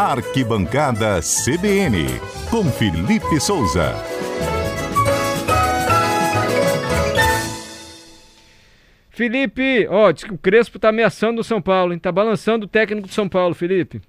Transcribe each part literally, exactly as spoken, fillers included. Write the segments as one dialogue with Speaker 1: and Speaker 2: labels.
Speaker 1: Arquibancada C B N, com Felipe Souza.
Speaker 2: Felipe, ó, diz que o Crespo tá ameaçando o São Paulo, hein? Tá balançando o técnico do São Paulo, Felipe.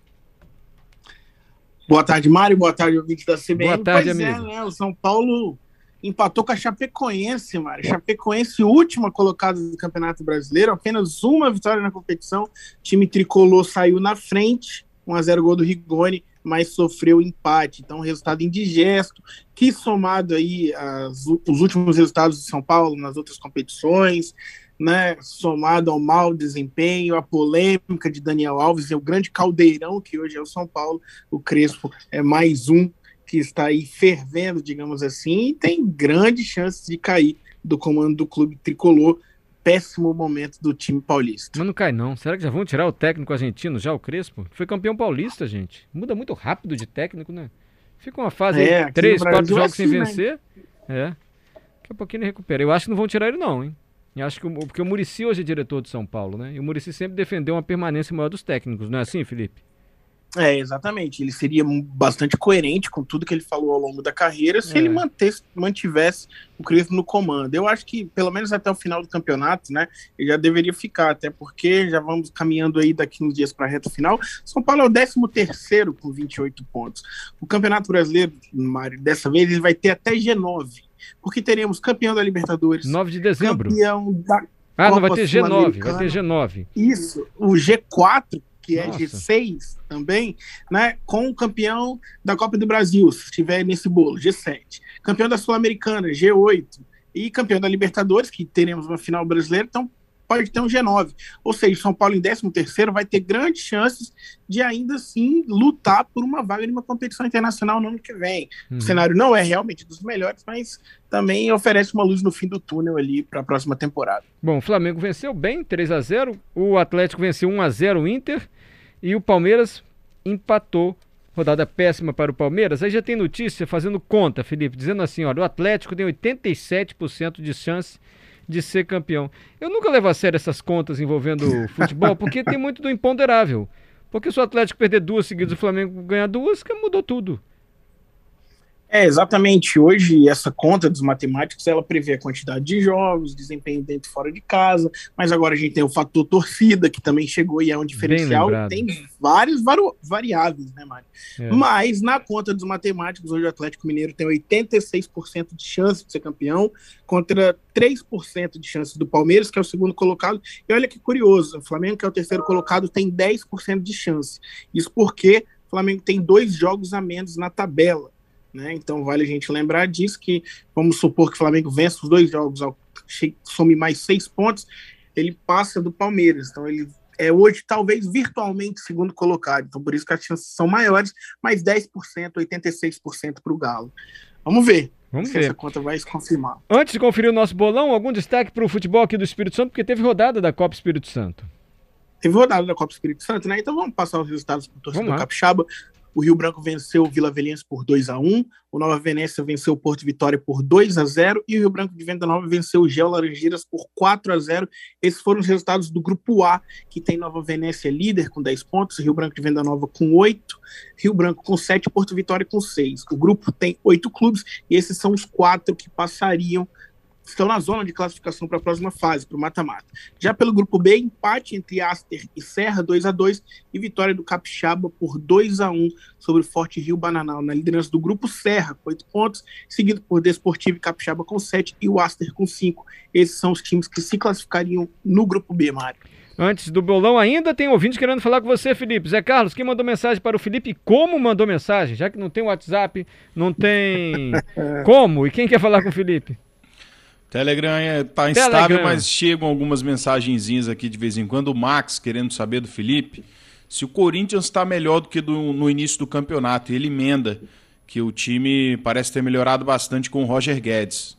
Speaker 3: Boa tarde, Mário. Boa tarde, ouvinte da C B N.
Speaker 2: Boa tarde,
Speaker 3: pois
Speaker 2: amigo.
Speaker 3: É, né? O São Paulo empatou com a Chapecoense, Mário. Chapecoense, última colocada do Campeonato Brasileiro, apenas uma vitória na competição. O time tricolor saiu na frente, um a zero gol do Rigoni, mas sofreu empate. Então, um resultado indigesto, que somado aí aos, os últimos resultados de São Paulo nas outras competições, né, somado ao mau desempenho, a polêmica de Daniel Alves e o grande caldeirão que hoje é o São Paulo, o Crespo é mais um que está aí fervendo, digamos assim, e tem grandes chances de cair do comando do clube tricolor. Péssimo momento do time paulista.
Speaker 2: Mas não cai não. Será que já vão tirar o técnico argentino, já o Crespo? Foi campeão paulista, gente. Muda muito rápido de técnico, né? Fica uma fase
Speaker 3: é,
Speaker 2: aí, três, quatro jogos
Speaker 3: é assim,
Speaker 2: sem vencer. Né? É. Daqui a pouquinho ele recupera. Eu acho que não vão tirar ele não, hein? Eu acho que o, porque o Muricy hoje é diretor de São Paulo, né? E o Muricy sempre defendeu uma permanência maior dos técnicos, não é assim, Felipe?
Speaker 3: É, exatamente. Ele seria bastante coerente com tudo que ele falou ao longo da carreira se
Speaker 2: é.
Speaker 3: ele mantesse, mantivesse o Crespo no comando. Eu acho que, pelo menos até o final do campeonato, né, ele já deveria ficar, até porque já vamos caminhando aí daqui uns dias para a reta final. São Paulo é o décimo terceiro com vinte e oito pontos. O Campeonato Brasileiro, Mário, dessa vez ele vai ter até G nove, porque teremos campeão da Libertadores,
Speaker 2: nove de dezembro.
Speaker 3: Campeão da
Speaker 2: Ah,
Speaker 3: Copa
Speaker 2: não, vai ter G nove, vai ter G nove.
Speaker 3: Isso, o G quatro, que é
Speaker 2: Nossa.
Speaker 3: G seis também, né, com o campeão da Copa do Brasil, se estiver nesse bolo, G sete. Campeão da Sul-Americana, G oito. E campeão da Libertadores, que teremos uma final brasileira, então pode ter um G nove. Ou seja, São Paulo em décimo terceiro vai ter grandes chances de ainda assim lutar por uma vaga de uma competição internacional no ano que vem. Uhum. O cenário não é realmente dos melhores, mas também oferece uma luz no fim do túnel ali para a próxima temporada.
Speaker 2: Bom, o Flamengo venceu bem, três a zero, o Atlético venceu um a zero o Inter e o Palmeiras empatou. Rodada péssima para o Palmeiras. Aí já tem notícia fazendo conta, Felipe, dizendo assim, olha, o Atlético tem oitenta e sete por cento de chance de ser campeão. Eu nunca levo a sério essas contas envolvendo o futebol, porque tem muito do imponderável. Porque se o Atlético perder duas seguidas e o Flamengo ganhar duas, que mudou tudo.
Speaker 3: É, exatamente. Hoje, essa conta dos matemáticos, ela prevê a quantidade de jogos, desempenho dentro e fora de casa, mas agora a gente tem o fator torcida, que também chegou e é um diferencial, e tem várias vari- variáveis, né, Mário? É. Mas, na conta dos matemáticos, hoje o Atlético Mineiro tem oitenta e seis por cento de chance de ser campeão, contra três por cento de chances do Palmeiras, que é o segundo colocado, e olha que curioso, o Flamengo, que é o terceiro colocado, tem dez por cento de chance. Isso porque o Flamengo tem dois jogos a menos na tabela. Né? Então vale a gente lembrar disso, que vamos supor que o Flamengo vença os dois jogos, ao, some mais seis pontos, ele passa do Palmeiras, então ele é hoje talvez virtualmente segundo colocado, então por isso que as chances são maiores, mais dez por cento, oitenta e seis por cento para o Galo. Vamos ver
Speaker 2: Vamos
Speaker 3: se
Speaker 2: ver.
Speaker 3: essa conta vai se confirmar.
Speaker 2: Antes de conferir o nosso bolão, algum destaque para o futebol aqui do Espírito Santo, porque teve rodada da Copa Espírito Santo.
Speaker 3: Teve rodada da Copa Espírito Santo, né? Então vamos passar os resultados para o torcedor capixaba. O Rio Branco venceu o Vila Velhense por dois a um, o Nova Venécia venceu o Porto Vitória por dois a zero e o Rio Branco de Venda Nova venceu o Gel Laranjeiras por quatro a zero. Esses foram os resultados do Grupo A, que tem Nova Venécia líder com dez pontos, Rio Branco de Venda Nova com oito, Rio Branco com sete, Porto Vitória com seis. O grupo tem oito clubes e esses são os quatro que passariam, estão na zona de classificação para a próxima fase, para o mata-mata. Já pelo grupo B, empate entre Aster e Serra, dois a dois, e vitória do Capixaba por dois a um sobre o Forte Rio Bananal, na liderança do grupo Serra, com oito pontos, seguido por Desportivo e Capixaba com sete e o Aster com cinco. Esses são os times que se classificariam no grupo B, Mário.
Speaker 2: Antes do bolão, ainda tem ouvinte querendo falar com você, Felipe. Zé Carlos, quem mandou mensagem para o Felipe e como mandou mensagem? Já que não tem WhatsApp, não tem como, e quem quer falar com o Felipe?
Speaker 4: Telegram está instável, mas chegam algumas mensagenzinhas aqui de vez em quando. O Max querendo saber do Felipe se o Corinthians está melhor do que do, no início do campeonato. E ele emenda que o time parece ter melhorado bastante com o Roger Guedes.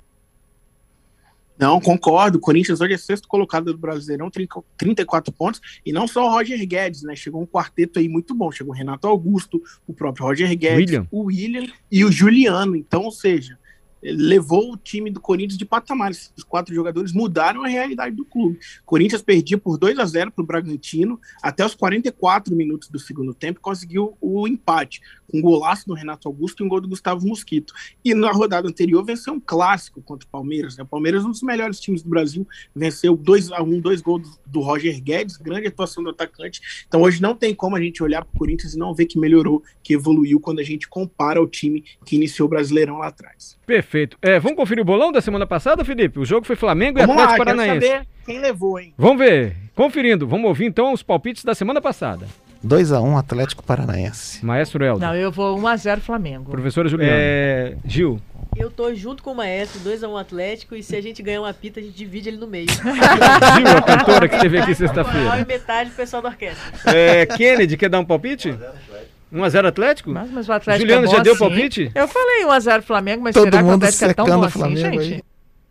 Speaker 3: Não, concordo. O Corinthians hoje é sexto colocado do Brasileirão, trinta e quatro pontos. E não só o Roger Guedes, né? Chegou um quarteto aí muito bom. Chegou o Renato Augusto, o próprio Roger Guedes,
Speaker 2: William.
Speaker 3: o William e o Juliano. Então, ou seja, levou o time do Corinthians de patamar. Esses quatro jogadores mudaram a realidade do clube. O Corinthians perdia por dois a zero para o Bragantino até os quarenta e quatro minutos do segundo tempo e conseguiu o empate, com um golaço do Renato Augusto e um gol do Gustavo Mosquito. E na rodada anterior venceu um clássico contra o Palmeiras. Né? O Palmeiras é um dos melhores times do Brasil, venceu dois a um, dois gols do Roger Guedes, grande atuação do atacante. Então hoje não tem como a gente olhar para o Corinthians e não ver que melhorou, que evoluiu quando a gente compara o time que iniciou o Brasileirão lá atrás.
Speaker 2: Perfeito. É, vamos conferir o bolão da semana passada, Felipe? O jogo foi Flamengo
Speaker 3: vamos
Speaker 2: e Atlético
Speaker 3: lá,
Speaker 2: Paranaense.
Speaker 3: Quero saber quem levou, hein?
Speaker 2: Vamos ver. Conferindo. Vamos ouvir então os palpites da semana passada.
Speaker 5: dois a um Atlético Paranaense.
Speaker 2: Maestro Helder.
Speaker 6: Não, eu vou um a zero Flamengo.
Speaker 2: Professora Juliana. É... Gil.
Speaker 7: Eu tô junto com o Maestro, dois a um Atlético, e se a gente ganhar uma pita, a gente divide ele no meio.
Speaker 2: Gil, a cantora que esteve aqui sexta-feira.
Speaker 7: E metade o pessoal da orquestra.
Speaker 2: É, Kennedy, quer dar um palpite? um a zero Atlético?
Speaker 6: Mas, mas o Atlético
Speaker 2: Juliana
Speaker 6: é bom
Speaker 2: já deu
Speaker 6: assim.
Speaker 2: palpite?
Speaker 6: Eu falei um a zero Flamengo, mas
Speaker 5: Todo
Speaker 6: será que o
Speaker 5: mundo
Speaker 6: Atlético é tão
Speaker 5: secando
Speaker 6: bom
Speaker 5: o
Speaker 6: assim,
Speaker 5: Flamengo
Speaker 6: gente?
Speaker 5: aí.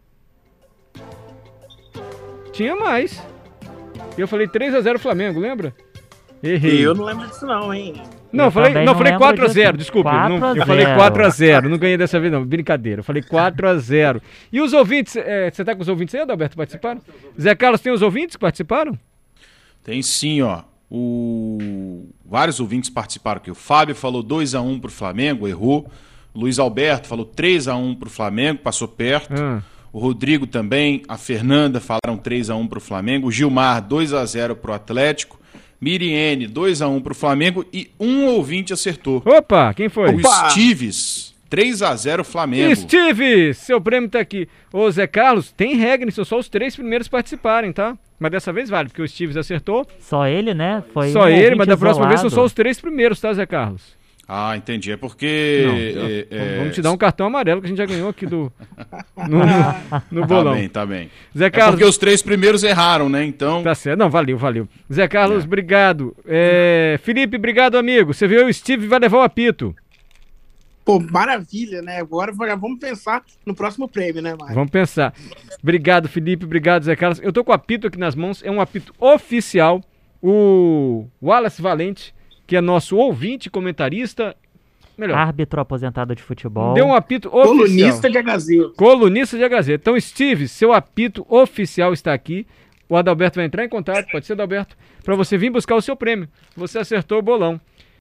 Speaker 2: Tinha mais. Eu falei três a zero Flamengo, lembra? Errei.
Speaker 3: Eu não lembro disso não, hein?
Speaker 2: Não,
Speaker 8: Eu
Speaker 2: falei,
Speaker 8: também
Speaker 2: não,
Speaker 8: não
Speaker 2: falei
Speaker 8: lembro
Speaker 2: quatro a zero,
Speaker 8: disso.
Speaker 2: desculpa.
Speaker 8: quatro
Speaker 2: Não,
Speaker 8: a
Speaker 2: eu falei
Speaker 8: zero.
Speaker 2: quatro a zero, não ganhei dessa vez não, brincadeira. Eu falei quatro a zero. E os ouvintes, é, você tá com os ouvintes aí, Adalberto, participaram? Zé Carlos, tem os ouvintes que participaram?
Speaker 4: Tem sim, ó. O... Vários ouvintes participaram aqui. O Fábio falou dois a um pro Flamengo, errou. O Luiz Alberto falou três a um pro Flamengo, passou perto.
Speaker 2: Ah.
Speaker 4: O Rodrigo também, a Fernanda falaram três a um pro Flamengo. O Gilmar, dois a zero pro Atlético. Miriene, dois a um pro Flamengo. E um ouvinte acertou.
Speaker 2: Opa, quem foi?
Speaker 4: O Steves, três a zero Flamengo.
Speaker 2: Steve, seu prêmio tá aqui. Ô Zé Carlos, tem regra, são só os três primeiros participarem, tá? Mas dessa vez vale, porque o Steves acertou.
Speaker 8: Só ele, né? Foi
Speaker 2: Só
Speaker 8: um
Speaker 2: ele,
Speaker 8: ouvinte
Speaker 2: mas da próxima vez são
Speaker 8: isolado.
Speaker 2: só os três primeiros, tá, Zé Carlos?
Speaker 4: Ah, entendi. É porque...
Speaker 2: Não,
Speaker 4: é, é...
Speaker 2: Vamos te dar um cartão amarelo que a gente já ganhou aqui do no, no, no bolão.
Speaker 4: Tá bem, tá bem.
Speaker 2: Zé
Speaker 4: É
Speaker 2: Carlos,
Speaker 4: porque os três primeiros erraram, né? Então...
Speaker 2: tá certo. Não, valeu, valeu. Zé Carlos,
Speaker 4: É.
Speaker 2: obrigado. É, Felipe, obrigado, amigo. Você viu o Steve vai levar o apito.
Speaker 3: Pô, maravilha, né? Agora já vamos pensar no próximo prêmio, né, Mário?
Speaker 2: Vamos pensar. Obrigado, Felipe. Obrigado, Zé Carlos. Eu tô com o apito aqui nas mãos. É um apito oficial. O Wallace Valente, que é nosso ouvinte, comentarista. Melhor.
Speaker 8: Árbitro aposentado de futebol.
Speaker 2: Deu um apito oficial.
Speaker 3: Colunista de A Gazeta.
Speaker 2: Colunista de A Gazeta. Então, Steve, seu apito oficial está aqui. O Adalberto vai entrar em contato, pode ser, Adalberto, para você vir buscar o seu prêmio. Você acertou o bolão.